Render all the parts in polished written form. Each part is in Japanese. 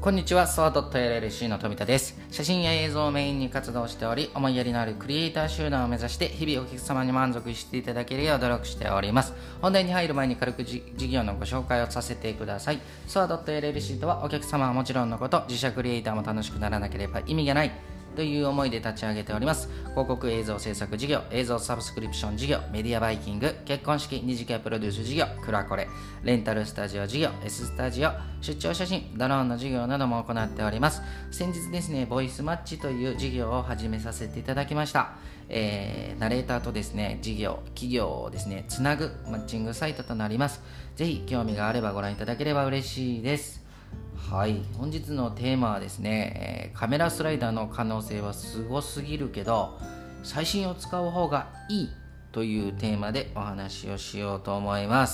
こんにちは、ソワドット LLC の富田です。写真や映像をメインに活動しており、思いやりのあるクリエイター集団を目指して日々お客様に満足していただけるよう努力しております。本題に入る前に軽く事業のご紹介をさせてください。ソワドット LLC とはお客様はもちろんのこと、自社クリエイターも楽しくならなければ意味がないという思いで立ち上げております。広告映像制作事業、映像サブスクリプション事業、メディアバイキング、結婚式二次会プロデュース事業、クラコレ、レンタルスタジオ事業、S スタジオ、出張写真、ドローンの事業なども行っております。先日ですね、ボイスマッチという事業を始めさせていただきました。ナレーターとですね、企業をですね、つなぐマッチングサイトとなります。ぜひ興味があればご覧いただければ嬉しいです。はい、本日のテーマはですね、カメラスライダーの可能性はすごすぎるけど最新を使う方がいいというテーマでお話をしようと思います。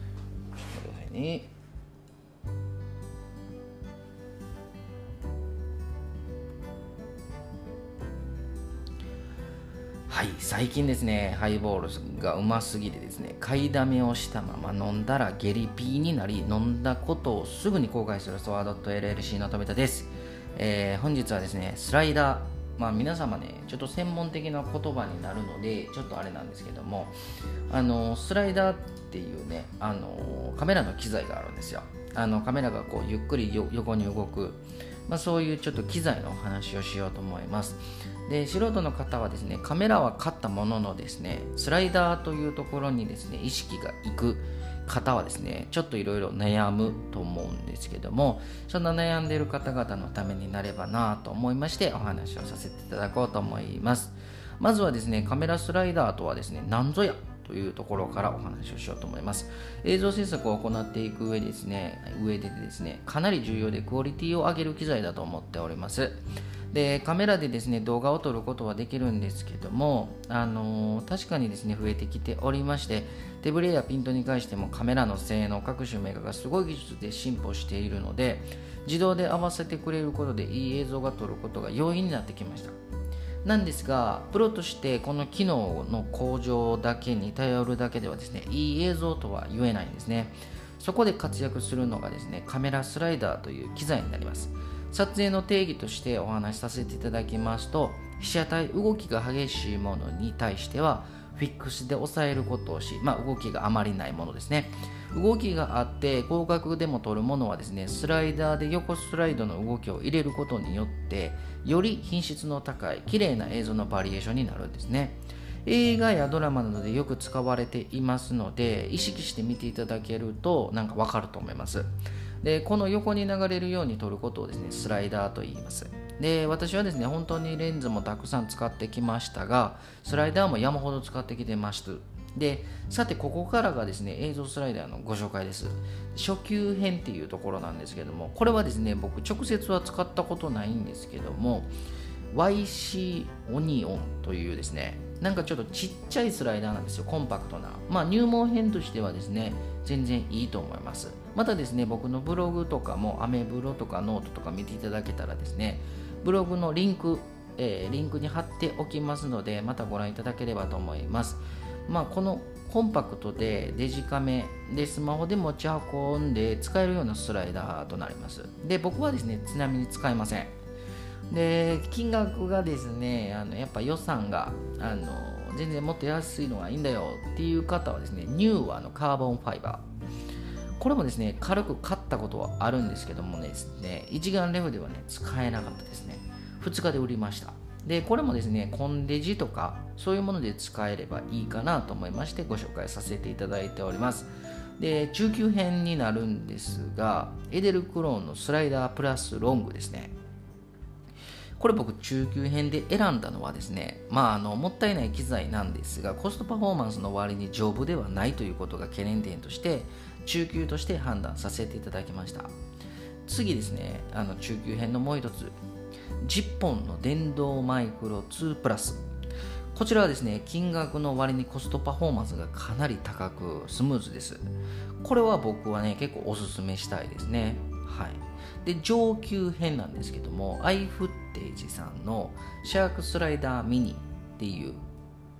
はい、最近ですね、ハイボールがうますぎてですね、買いだめをしたまま飲んだらゲリピーになり、飲んだことをすぐに後悔するソワードット LLC の富田です。本日はですね、スライダー、皆様ね、ちょっと専門的な言葉になるので、ちょっとあれなんですけども、スライダーっていうね、カメラの機材があるんですよ。カメラがこうゆっくり横に動く、そういうちょっと機材のお話をしようと思います。で、素人の方はですね、カメラは買ったもののですね、スライダーというところにですね、意識がいく方はですね、ちょっといろいろ悩むと思うんですけども、そんな悩んでいる方々のためになればなと思いましてお話をさせていただこうと思います。まずはですね、カメラスライダーとはですね、何ぞやというところからお話をしようと思います。映像制作を行っていく上でですね、かなり重要でクオリティを上げる機材だと思っております。で、カメラでですね、動画を撮ることはできるんですけども、確かにですね、増えてきておりまして、手ブレやピントに関してもカメラの性能、各種メーカーがすごい技術で進歩しているので、自動で合わせてくれることでいい映像が撮ることが容易になってきました。なんですが、プロとしてこの機能の向上だけに頼るだけではですね、いい映像とは言えないんですね。そこで活躍するのがですね、カメラスライダーという機材になります。撮影の定義としてお話しさせていただきますと、被写体、動きが激しいものに対してはフィックスで抑えることをし、動きがあまりないものですね。動きがあって広角でも撮るものはですね、スライダーで横スライドの動きを入れることによってより品質の高い綺麗な映像のバリエーションになるんですね。映画やドラマなどでよく使われていますので、意識して見ていただけるとわかると思います。で、この横に流れるように撮ることをですね、スライダーと言います。で、私はですね、本当にレンズもたくさん使ってきましたが、スライダーも山ほど使ってきてました。で、さてここからがですね、映像スライダーのご紹介です。初級編っていうところなんですけども、これはですね、僕直接は使ったことないんですけども、YC オニオンというですね、ちょっとちっちゃいスライダーなんですよ。コンパクトな。入門編としてはですね、全然いいと思います。またですね、僕のブログとかもアメブロとかノートとか見ていただけたらですね、ブログのリンクに貼っておきますので、またご覧いただければと思います。このコンパクトでデジカメでスマホで持ち運んで使えるようなスライダーとなります。で、僕はですね、ちなみに使えません。で、金額がですね、やっぱ予算が全然もっと安いのがいいんだよっていう方はですね、ニューはカーボンファイバー、これもですね、軽く買ったことはあるんですけどもですね、一眼レフではね、使えなかったですね。2日で売りました。で、これもですね、コンデジとかそういうもので使えればいいかなと思いましてご紹介させていただいております。で、中級編になるんですが、エデルクローンのスライダープラスロングですね。これ僕中級編で選んだのはですね、もったいない機材なんですが、コストパフォーマンスの割に丈夫ではないということが懸念点として中級として判断させていただきました。次ですね、中級編のもう一つ、ジッポンの電動マイクロ2プラス。こちらはですね、金額の割にコストパフォーマンスがかなり高くスムーズです。これは僕はね、結構おすすめしたいですね。はい。で、上級編なんですけども、アイフッテージさんのシャークスライダーミニっていう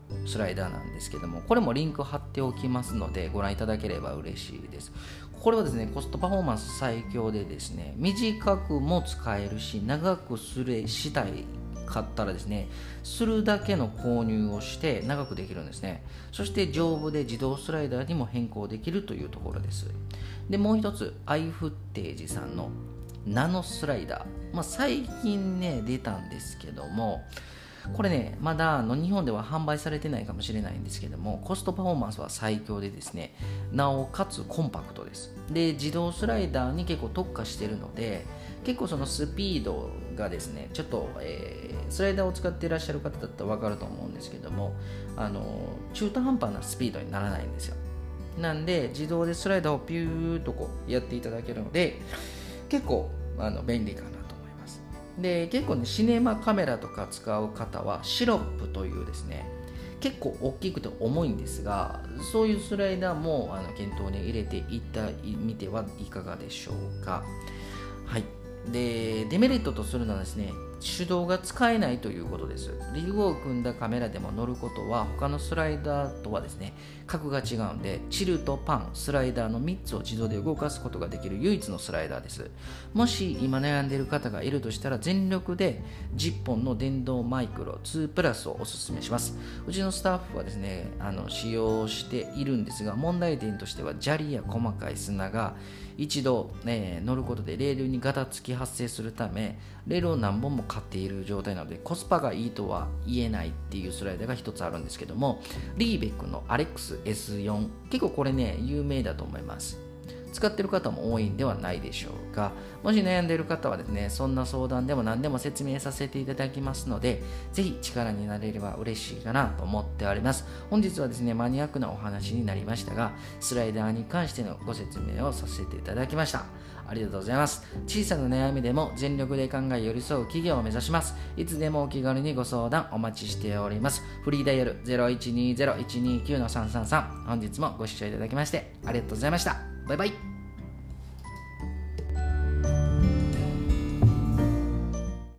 スライダーなんですけども、これもリンク貼っておきますのでご覧いただければ嬉しいです。これはですね、コストパフォーマンス最強でですね、短くも使えるし、長くしたいかったらですね、するだけの購入をして長くできるんですね。そして丈夫で自動スライダーにも変更できるというところです。で、もう一つ、アイフッテージさんのナノスライダー、最近ね出たんですけども、これねまだ日本では販売されてないかもしれないんですけども、コストパフォーマンスは最強でですね、なおかつコンパクトです。で、自動スライダーに結構特化しているので、結構そのスピードがですね、ちょっと、スライダーを使っていらっしゃる方だったら分かると思うんですけども、中途半端なスピードにならないんですよ。なんで自動でスライダーをピューっとこうやっていただけるので、結構便利かなと思います。で、結構ね、シネマカメラとか使う方はシロップというですね、結構大きくて重いんですが、そういうスライダーも検討に入れていってみてはいかがでしょうか。はい。で、デメリットとするのはですね、手動が使えないということです。リグを組んだカメラでも乗ることは他のスライダーとはですね、格が違うんで、チルとパン、スライダーの3つを自動で動かすことができる唯一のスライダーです。もし今悩んでいる方がいるとしたら、全力で10本の電動マイクロ2プラスをお勧めします。うちのスタッフはですね、使用しているんですが、問題点としては砂利や細かい砂が一度、乗ることでレールにガタつき発生するため、レールを何本も買っている状態なのでコスパがいいとは言えないっていうスライダーが一つあるんですけども、リーベックのアレックス S4、 結構これね有名だと思います。使っている方も多いんではないでしょうか。もし悩んでいる方はですね、そんな相談でも何でも説明させていただきますので、ぜひ力になれれば嬉しいかなと思っております。本日はですね、マニアックなお話になりましたが、スライダーに関してのご説明をさせていただきました。ありがとうございます。小さな悩みでも全力で考え寄り添う企業を目指します。いつでもお気軽にご相談お待ちしております。フリーダイヤル 0120-129-333、本日もご視聴いただきましてありがとうございました。バイバイ。